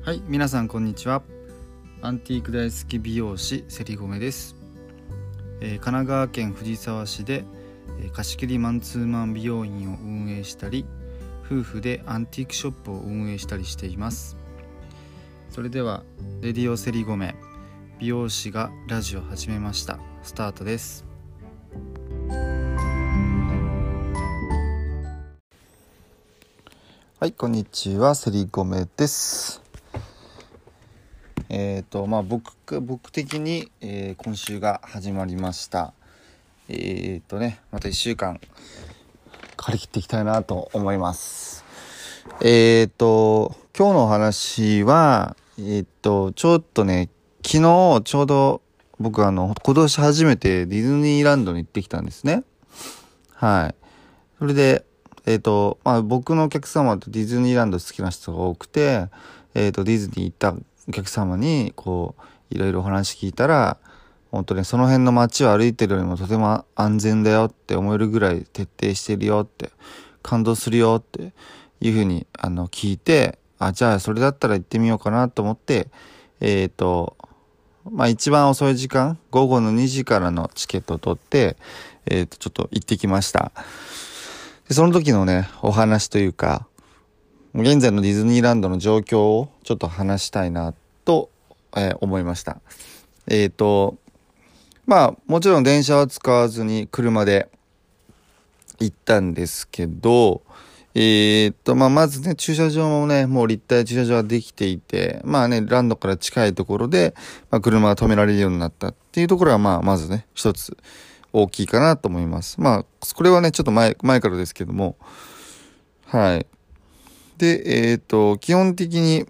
はい、皆さんこんにちは。アンティーク大好き美容師せりごめです。神奈川県藤沢市で、貸し切りマンツーマン美容院を運営したり、夫婦でアンティークショップを運営したりしています。それではレディオせりごめ美容師がラジオ始めました。スタートです。はい、こんにちは、せりごめです。僕的に、今週が始まりました。また1週間張り切っていきたいなと思います。今日のお話はちょっとね、昨日ちょうど僕今年初めてディズニーランドに行ってきたんですね。はい。それで僕のお客様ってディズニーランド好きな人が多くて、ディズニー行ったお客様にいろいろお話聞いたら、本当にその辺の街を歩いてるよりもとても安全だよって思えるぐらい徹底してるよって、感動するよっていうふうに聞いて、じゃあそれだったら行ってみようかなと思って、一番遅い時間、午後の2時からのチケットを取って、ちょっと行ってきました。でその時のね、お話というか、現在のディズニーランドの状況をちょっと話したいなと、思いました。もちろん電車は使わずに車で行ったんですけど、まずね、駐車場もね、もう立体駐車場ができていて、ランドから近いところで、車が止められるようになったっていうところは、まずね、一つ大きいかなと思います。これはね、ちょっと前からですけども、はい。で、基本的に、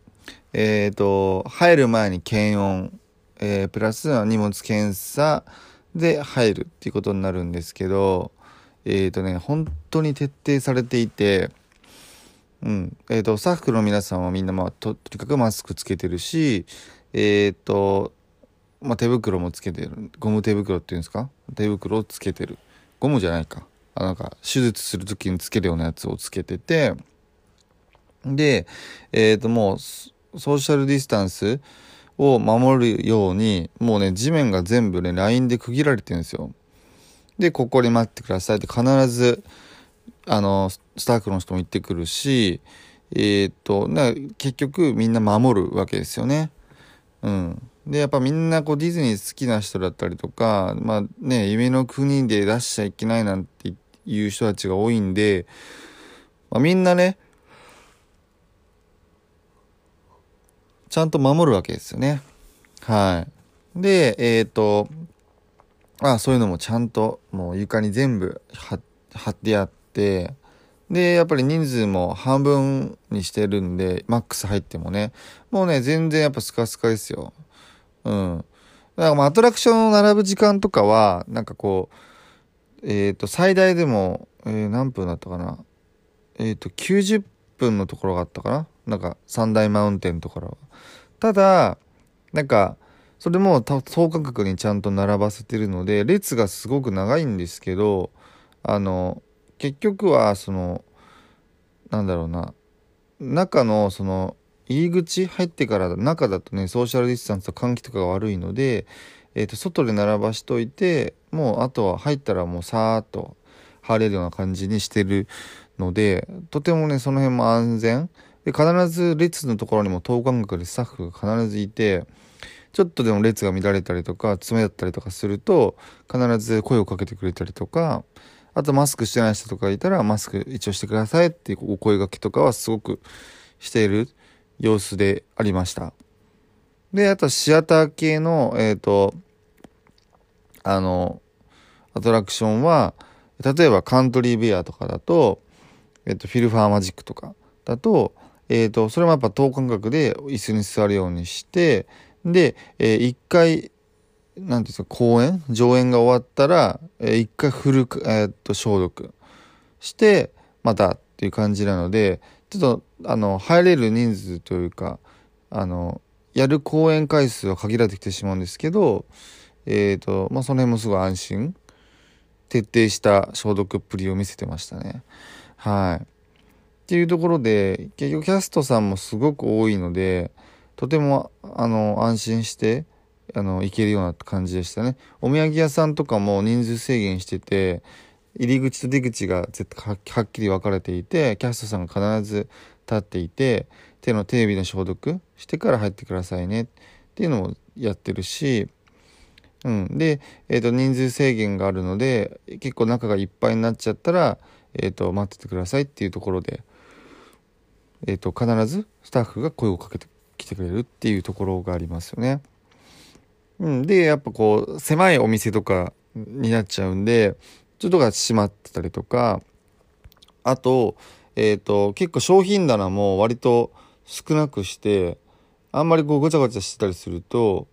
入る前に検温、プラス荷物検査で入るっていうことになるんですけど、本当に徹底されていて、スタッフの皆さんはみんなとにかくマスクつけてるし、手袋もつけてる。ゴム手袋っていうんですか？手袋をつけてる。ゴムじゃないか。手術するときにつけるようなやつをつけてて、で、もうソーシャルディスタンスを守るように、もうね、地面が全部ね、ラインで区切られてるんですよ。で、ここに待ってくださいって必ず、スタッフの人も言ってくるし、結局みんな守るわけですよね。で、やっぱみんなディズニー好きな人だったりとか、夢の国で出しちゃいけないなんていう人たちが多いんで、みんなね、ちゃんと守るわけですよね。はい。で、そういうのもちゃんともう床に全部貼ってあって、で、やっぱり人数も半分にしてるんで、マックス入ってもね、もうね、全然やっぱスカスカですよ。だからアトラクションを並ぶ時間とかは、最大でも、何分だったかな。90分のところがあったかな。三大マウンテンとかは。ただ、それも等間隔にちゃんと並ばせてるので、列がすごく長いんですけど、結局は中の入り口入ってから中だとね、ソーシャルディスタンスと換気とかが悪いので、外で並ばしといて、もうあとは入ったらもうさーっと入れるような感じにしてるので、とてもね、その辺も安全で、必ず列のところにも等間隔でスタッフが必ずいて、ちょっとでも列が乱れたりとか詰めだったりとかすると必ず声をかけてくれたりとか、あとマスクしてない人とかいたらマスク一応してくださいっていうお声掛けとかはすごくしている様子でありました。で、あとシアター系のアトラクションは、例えばカントリーベアとかだと、フィルファーマジックとかだと、それもやっぱ等間隔で椅子に座るようにして、で、一回、なんていうんですか、上演が終わったら、一回消毒して、またっていう感じなので、ちょっと、入れる人数というか、やる公演回数は限られてきてしまうんですけど、その辺もすごい安心、徹底した消毒っぷりを見せてましたね。はい。 っていうところで結局キャストさんもすごく多いので、とても安心して行けるような感じでしたね。お土産屋さんとかも人数制限してて、入り口と出口が絶対はっきり分かれていて、キャストさんが必ず立っていて、手指の消毒してから入ってくださいねっていうのもやってるし、で、人数制限があるので結構中がいっぱいになっちゃったら、待っててくださいっていうところで、必ずスタッフが声をかけてきてくれるっていうところがありますよね。でやっぱこう狭いお店とかになっちゃうんで、ちょっとが閉まってたりとか、あと、結構商品棚も割と少なくして、あんまりこうごちゃごちゃしてたりすると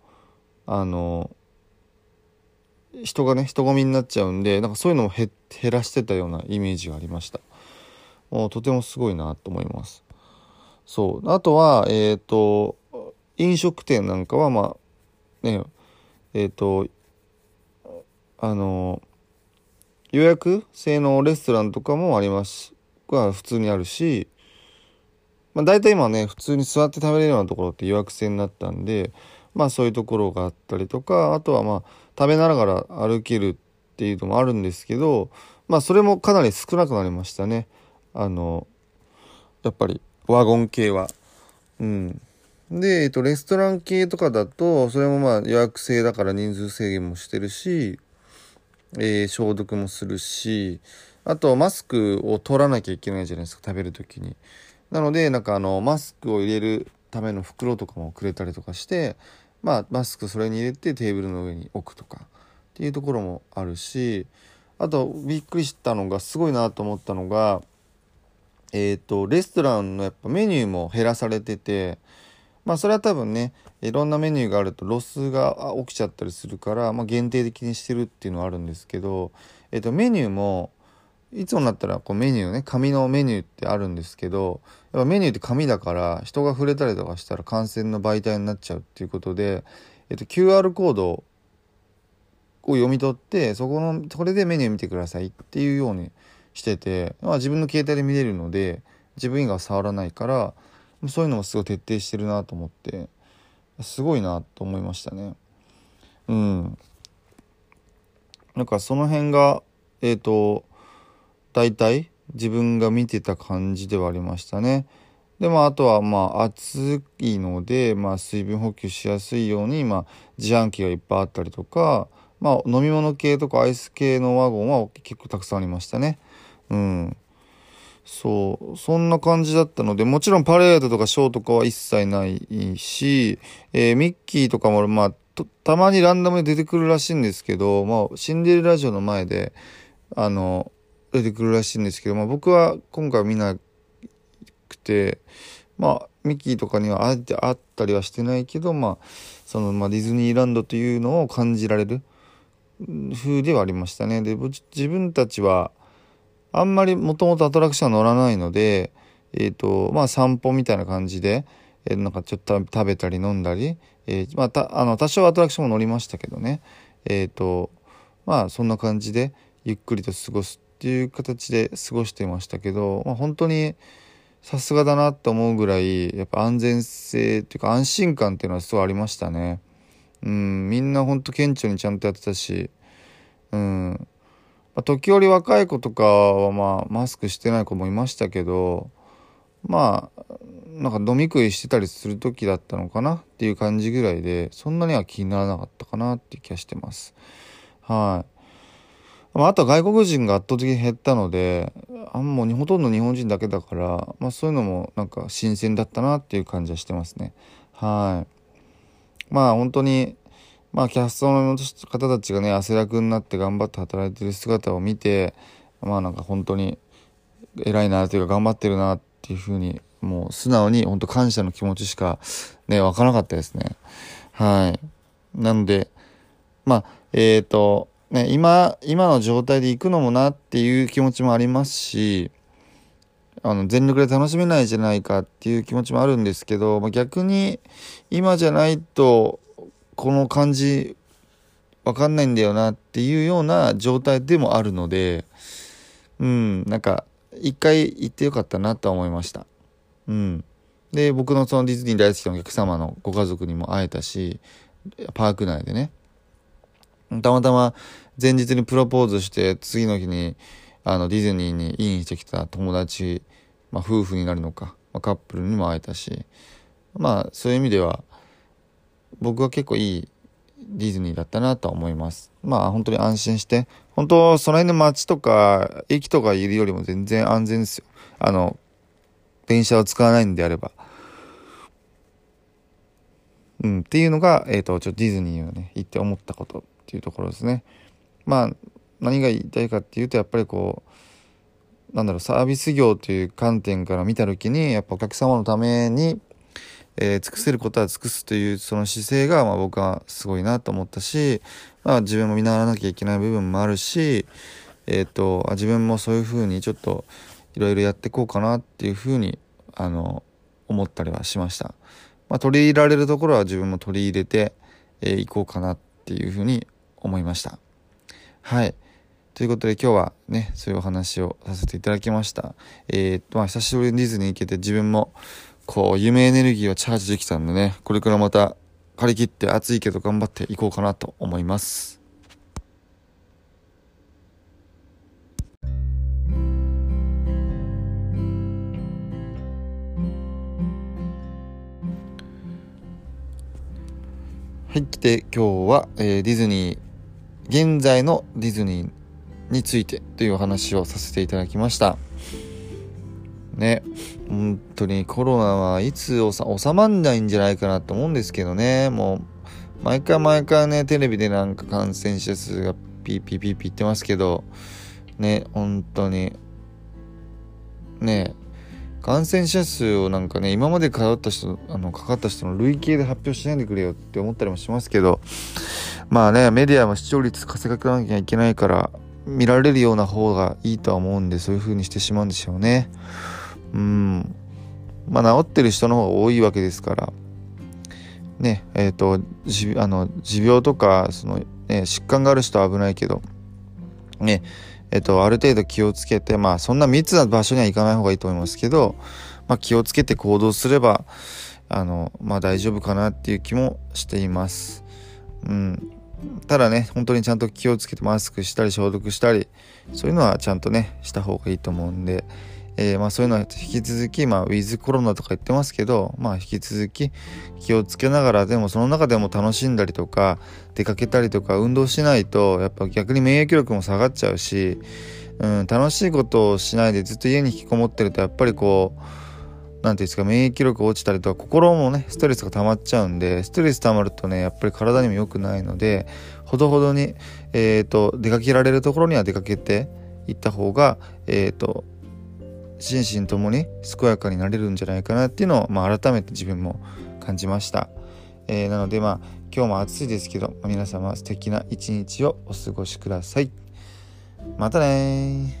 人混みになっちゃうんで、なんかそういうのを減らしてたようなイメージがありました。もうとてもすごいなと思います。そう。あとは飲食店なんかはねえっ、とあの予約制のレストランとかもありますが普通にあるし、大体今ね普通に座って食べれるようなところって予約制になったんで、そういうところがあったりとか、あとは食べながら歩けるっていうのもあるんですけど、それもかなり少なくなりましたね。やっぱりワゴン系は。で、レストラン系とかだとそれも予約制だから人数制限もしてるし、消毒もするし、あとマスクを取らなきゃいけないじゃないですか、食べる時に。なのでなんかマスクを入れるための袋とかもくれたりとかして、マスクそれに入れてテーブルの上に置くとかっていうところもあるし、あとびっくりしたのがすごいなと思ったのが、レストランのやっぱメニューも減らされてて、それは多分ねいろんなメニューがあるとロスが起きちゃったりするから、限定的にしてるっていうのはあるんですけど、メニューもいつもだったらこうメニューね、紙のメニューってあるんですけど、やっぱメニューって紙だから人が触れたりとかしたら感染の媒体になっちゃうっていうことで、QR コードを読み取ってそれでメニュー見てくださいっていうようにしてて、自分の携帯で見れるので自分以外は触らないから、そういうのもすごい徹底してるなと思ってすごいなと思いましたね。なんかその辺が大体自分が見てた感じではありましたね。であとは暑いので、水分補給しやすいように自販機がいっぱいあったりとか、飲み物系とかアイス系のワゴンは結構たくさんありましたね。そんな感じだったので、もちろんパレードとかショーとかは一切ないし、ミッキーとかもたまにランダムで出てくるらしいんですけど、シンデレラ城の前で出てくるらしいんですけど、僕は今回見なくて、ミッキーとかにはあったりはしてないけど、ディズニーランドというのを感じられる風ではありましたね。で自分たちはあんまりもともとアトラクションは乗らないので、散歩みたいな感じで、なんかちょっと食べたり飲んだり、多少アトラクションも乗りましたけどね、そんな感じでゆっくりと過ごすっていう形で過ごしていましたけど、本当にさすがだなと思うぐらいやっぱ安全性っていうか安心感っていうのはすごいありましたね。みんな本当顕著にちゃんとやってたし、時折若い子とかはマスクしてない子もいましたけど、なんか飲み食いしてたりする時だったのかなっていう感じぐらいで、そんなには気にならなかったかなっていう気がしてます。はい。あとは外国人が圧倒的に減ったので、もうほとんど日本人だけだから、そういうのもなんか新鮮だったなっていう感じはしてますね。はい。本当にキャストの方たちがね汗だくになって頑張って働いてる姿を見て、なんか本当に偉いなというか頑張ってるなっていうふうに、もう素直に本当感謝の気持ちしかね湧かなかったですね。はい。なので今の状態で行くのもなっていう気持ちもありますし、全力で楽しめないじゃないかっていう気持ちもあるんですけど、逆に今じゃないとこの感じわかんないんだよなっていうような状態でもあるので、なんか一回行ってよかったなとは思いました。で僕のそのディズニー大好きなお客様のご家族にも会えたし、パーク内でね、たまたま前日にプロポーズして次の日にディズニーにインしてきた友達、夫婦になるのか、カップルにも会えたし、そういう意味では僕は結構いいディズニーだったなとは思います。本当に安心して、本当その辺の街とか駅とかいるよりも全然安全ですよ。電車を使わないんであれば。っていうのが、ちょっとディズニーをね、行って思ったことっていうところですね。何が言いたいかっていうと、やっぱりこう、サービス業という観点から見たときに、やっぱお客様のために、尽くせることは尽くすというその姿勢が、僕はすごいなと思ったし、自分も見習わなきゃいけない部分もあるし、自分もそういうふうにちょっといろいろやっていこうかなっていうふうに思ったりはしました。取り入れられるところは自分も取り入れていこうかなっていうふうに思いました。はい。ということで今日はね、そういうお話をさせていただきました。久しぶりにディズニー行けて自分もこう夢エネルギーをチャージできたんでね、これからまた張り切って暑いけど頑張っていこうかなと思います。はい、で今日は、ディズニー、現在のディズニーについてというお話をさせていただきましたね。本当にコロナはいつ収まんないんじゃないかなと思うんですけどね。もう毎回ね、テレビでなんか感染者数がピーピーピーピー言ってますけどね、本当にね、感染者数をなんかね、今までかかった人の累計で発表しないでくれよって思ったりもしますけど、メディアも視聴率稼がなきゃいけないから見られるような方がいいとは思うんで、そういう風にしてしまうんでしょうね。治ってる人の方が多いわけですからね。持病とか疾患がある人は危ないけどね、ある程度気をつけて、そんな密な場所には行かない方がいいと思いますけど、気をつけて行動すれば大丈夫かなっていう気もしています。ただね、本当にちゃんと気をつけてマスクしたり消毒したり、そういうのはちゃんとねした方がいいと思うんで、そういうのは引き続きウィズコロナとか言ってますけど、引き続き気をつけながら、でもその中でも楽しんだりとか出かけたりとか運動しないと、やっぱ逆に免疫力も下がっちゃうし、楽しいことをしないでずっと家に引きこもってると、やっぱりこうなんていうんですか、免疫力落ちたりとか心もねストレスが溜まっちゃうんで、ストレス溜まるとねやっぱり体にも良くないので、ほどほどに出かけられるところには出かけていった方が心身ともに健やかになれるんじゃないかなっていうのを、改めて自分も感じました。なので今日も暑いですけど、皆様素敵な一日をお過ごしください。またね。